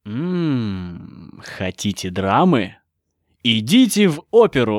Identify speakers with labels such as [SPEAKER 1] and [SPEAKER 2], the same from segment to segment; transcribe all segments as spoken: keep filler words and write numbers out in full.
[SPEAKER 1] Ммм, хотите драмы? Идите в оперу.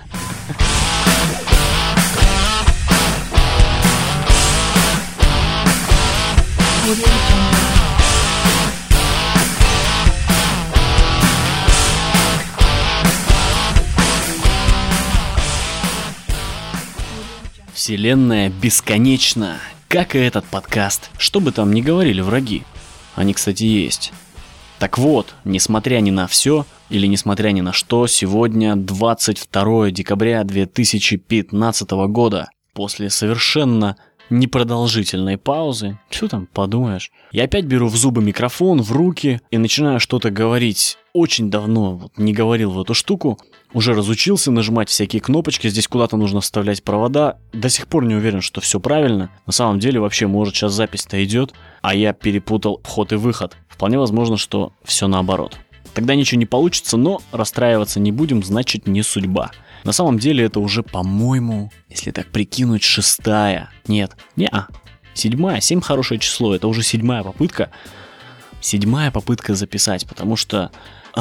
[SPEAKER 1] Вселенная бесконечна, как и этот подкаст, что бы там ни говорили враги. Они, кстати, есть. Так вот, несмотря ни на все, или несмотря ни на что, сегодня двадцать второе декабря две тысячи пятнадцатого года, после совершенно непродолжительной паузы, что там подумаешь, я опять беру в зубы микрофон, в руки и начинаю что-то говорить. Очень давно вот не говорил в эту штуку, уже разучился нажимать всякие кнопочки, здесь куда-то нужно вставлять провода, до сих пор не уверен, что все правильно. На самом деле вообще, может, сейчас запись-то идет, а я перепутал вход и выход. Вполне возможно, что все наоборот. Тогда ничего не получится, но расстраиваться не будем, значит не судьба. На самом деле это уже, по-моему, если так прикинуть, шестая. Нет, не-а, седьмая, семь хорошее число, это уже седьмая попытка. Седьмая попытка записать, потому что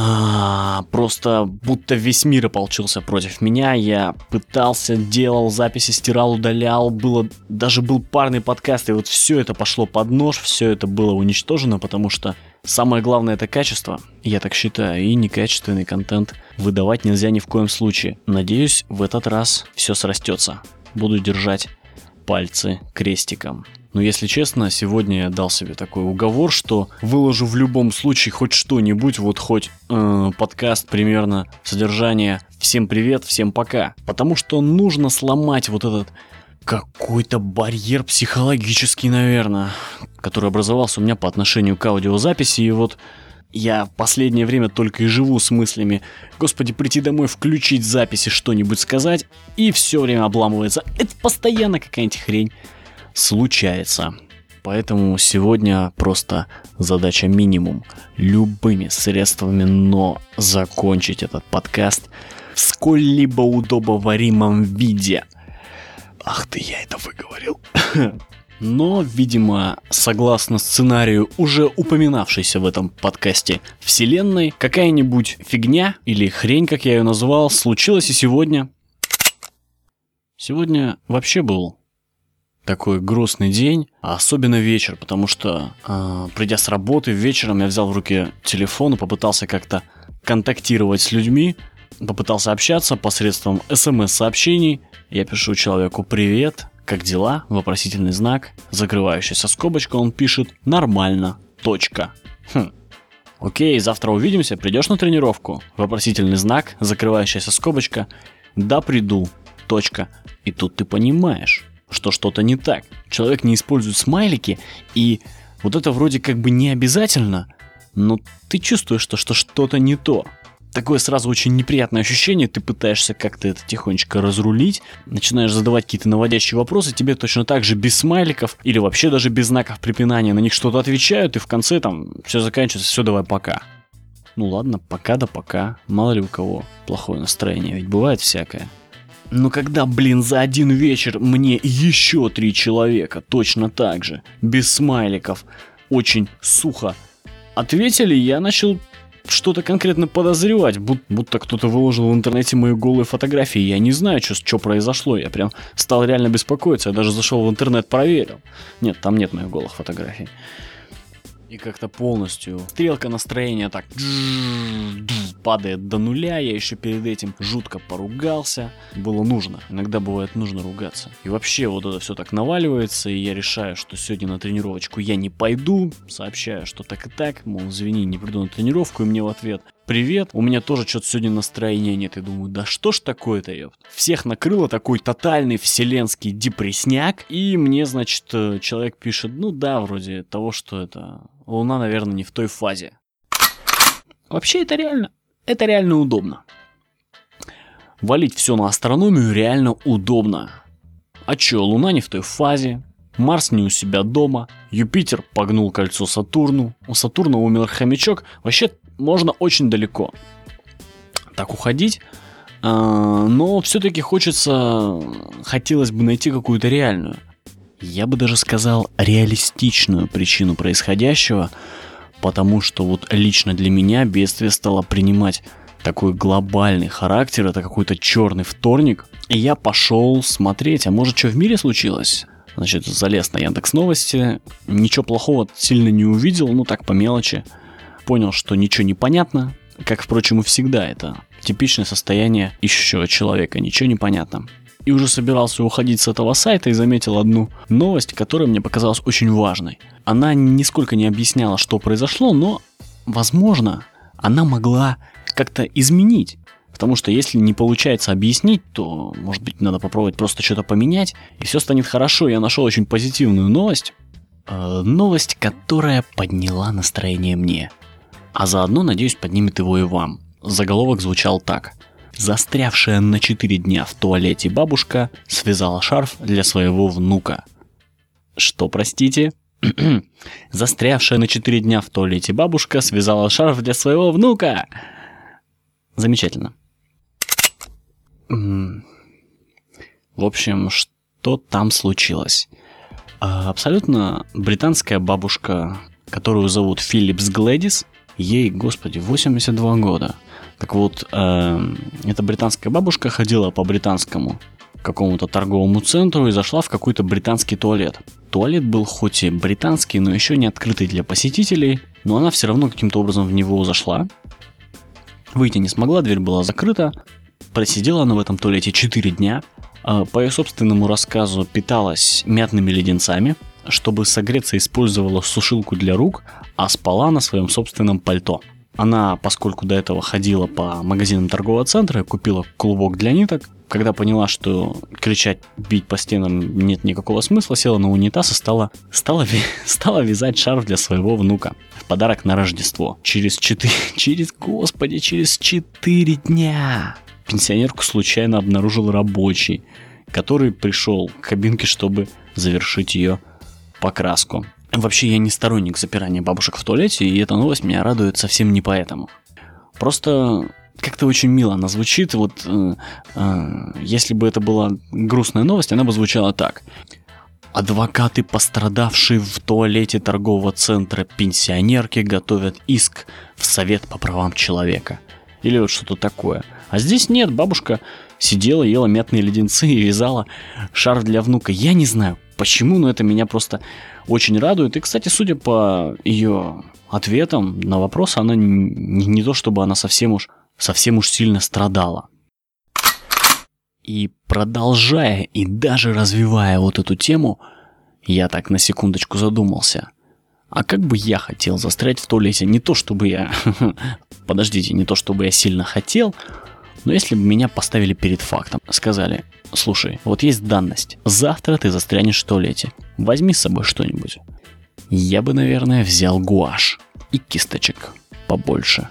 [SPEAKER 1] а, просто будто весь мир ополчился против меня. Я пытался, делал записи, стирал, удалял, было, даже был парный подкаст, и вот все это пошло под нож, все это было уничтожено, потому что самое главное это качество, я так считаю, и некачественный контент выдавать нельзя ни в коем случае. Надеюсь, в этот раз все срастется. Буду держать пальцы крестиком. Но если честно, сегодня я дал себе такой уговор, что выложу в любом случае хоть что-нибудь, вот хоть э, подкаст примерно содержание «Всем привет, всем пока». Потому что нужно сломать вот этот какой-то барьер психологический, наверное, который образовался у меня по отношению к аудиозаписи. И вот я в последнее время только и живу с мыслями: господи, прийти домой, включить записи, что-нибудь сказать, и все время обламывается. Это постоянно какая-нибудь хрень случается. Поэтому сегодня просто задача минимум. Любыми средствами, но закончить этот подкаст в сколь-либо удобоваримом виде. Ах ты, я это выговорил. Но, видимо, согласно сценарию, уже упоминавшейся в этом подкасте вселенной, какая-нибудь фигня или хрень, как я ее назвал, случилась и сегодня. Сегодня вообще был такой грустный день, а особенно вечер, потому что, э, придя с работы вечером, я взял в руки телефон и попытался как-то контактировать с людьми, попытался общаться посредством смс-сообщений. Я пишу человеку «Привет, как дела?» Вопросительный знак, закрывающаяся скобочка, он пишет «Нормально, точка». Хм. Окей, завтра увидимся, придешь на тренировку? Вопросительный знак, закрывающаяся скобочка, «Да, приду, точка». И тут ты понимаешь, что что-то не так. Человек не использует смайлики, и вот это вроде как бы не обязательно, но ты чувствуешь, что, что что-то не то. Такое сразу очень неприятное ощущение, ты пытаешься как-то это тихонечко разрулить, начинаешь задавать какие-то наводящие вопросы, тебе точно так же без смайликов или вообще даже без знаков препинания на них что-то отвечают, и в конце там все заканчивается, все, давай, пока. Ну ладно, пока да пока, мало ли у кого плохое настроение, ведь бывает всякое. Но когда, блин, за один вечер мне еще три человека точно так же, без смайликов, очень сухо ответили, я начал что-то конкретно подозревать, будто, будто кто-то выложил в интернете мои голые фотографии. Я не знаю, что, что произошло. Я прям стал реально беспокоиться. Я даже зашел в интернет, проверил. Нет, там нет моих голых фотографий. И как-то полностью стрелка настроения так падает до нуля. Я еще перед этим жутко поругался. Было нужно. Иногда бывает нужно ругаться. И вообще вот это все так наваливается. И я решаю, что сегодня на тренировочку я не пойду. Сообщаю, что так и так. Мол, извини, не приду на тренировку. И мне в ответ: привет, у меня тоже что-то сегодня настроения нет. И думаю, да что ж такое-то, ёпт. Всех накрыло такой тотальный вселенский депрессняк. И мне, значит, человек пишет: ну да, вроде того, что это... Луна, наверное, не в той фазе. Вообще это реально, это реально удобно. Валить все на астрономию реально удобно. А чё, Луна не в той фазе, Марс не у себя дома, Юпитер погнул кольцо Сатурну, у Сатурна умер хомячок. Вообще можно очень далеко так уходить, но все-таки хочется, хотелось бы найти какую-то реальную, я бы даже сказал, реалистичную причину происходящего, потому что вот лично для меня бедствие стало принимать такой глобальный характер, это какой-то черный вторник, и я пошел смотреть, а может, что в мире случилось? Значит, залез на Яндекс.Новости, ничего плохого сильно не увидел, ну так по мелочи. Понял, что ничего не понятно, как, впрочем, и всегда это типичное состояние ищущего человека, ничего не понятно. И уже собирался уходить с этого сайта и заметил одну новость, которая мне показалась очень важной. Она нисколько не объясняла, что произошло, но, возможно, она могла как-то изменить. Потому что если не получается объяснить, то, может быть, надо попробовать просто что-то поменять, и все станет хорошо. Я нашел очень позитивную новость. Э, новость, которая подняла настроение мне. А заодно, надеюсь, поднимет его и вам. Заголовок звучал так. Застрявшая на четыре дня в туалете бабушка связала шарф для своего внука. Что, простите? Застрявшая на четыре дня в туалете бабушка связала шарф для своего внука. Замечательно. В общем, что там случилось? Абсолютно британская бабушка, которую зовут Филлипс Глэдис, ей, господи, восемьдесят два года. Так вот, э, эта британская бабушка ходила по британскому какому-то торговому центру и зашла в какой-то британский туалет. Туалет был хоть и британский, но еще не открытый для посетителей, но она все равно каким-то образом в него зашла. Выйти не смогла, дверь была закрыта. Просидела она в этом туалете четыре дня. По ее собственному рассказу питалась мятными леденцами. Чтобы согреться, использовала сушилку для рук, а спала на своем собственном пальто. Она, поскольку до этого ходила по магазинам торгового центра, купила клубок для ниток. Когда поняла, что кричать, бить по стенам нет никакого смысла, села на унитаз и стала, стала, стала вязать шарф для своего внука в подарок на Рождество. Через четыре, через, господи, через четыре дня пенсионерку случайно обнаружил рабочий, который пришел к кабинке, чтобы завершить ее покраску. Вообще, я не сторонник запирания бабушек в туалете, и эта новость меня радует совсем не поэтому. Просто как-то очень мило она звучит. Вот э, э, если бы это была грустная новость, она бы звучала так. Адвокаты, пострадавшие в туалете торгового центра пенсионерки, готовят иск в Совет по правам человека. Или вот что-то такое. А здесь нет, бабушка сидела, ела мятные леденцы и вязала шарф для внука. Я не знаю почему, но это меня просто очень радует. И, кстати, судя по ее ответам на вопросы, она не, не то чтобы она совсем уж, совсем уж сильно страдала. И продолжая и даже развивая вот эту тему, я так на секундочку задумался. А как бы я хотел застрять в туалете? Не то чтобы я... Подождите, не то чтобы я сильно хотел, но если бы меня поставили перед фактом, сказали: слушай, вот есть данность, завтра ты застрянешь в туалете, возьми с собой что-нибудь. Я бы, наверное, взял гуашь и кисточек побольше.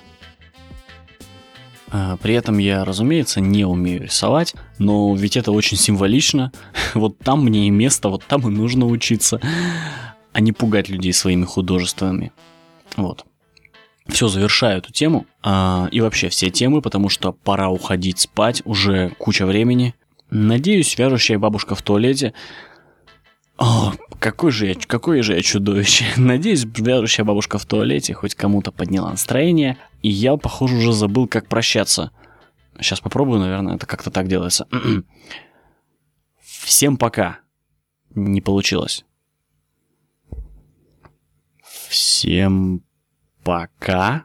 [SPEAKER 1] При этом я, разумеется, не умею рисовать, но ведь это очень символично. Вот там мне и место, вот там и нужно учиться, а не пугать людей своими художествами. Вот. Все, завершаю эту тему а, и вообще все темы, потому что пора уходить спать, уже куча времени. Надеюсь, вяжущая бабушка в туалете... О, какой же я, какое же я чудовище. Надеюсь, вяжущая бабушка в туалете хоть кому-то подняла настроение. И я, похоже, уже забыл, как прощаться. Сейчас попробую, наверное, это как-то так делается. Всем пока. Не получилось. Всем пока.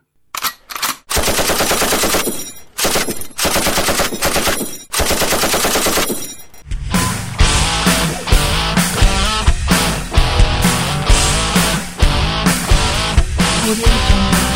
[SPEAKER 2] Audio Jungle.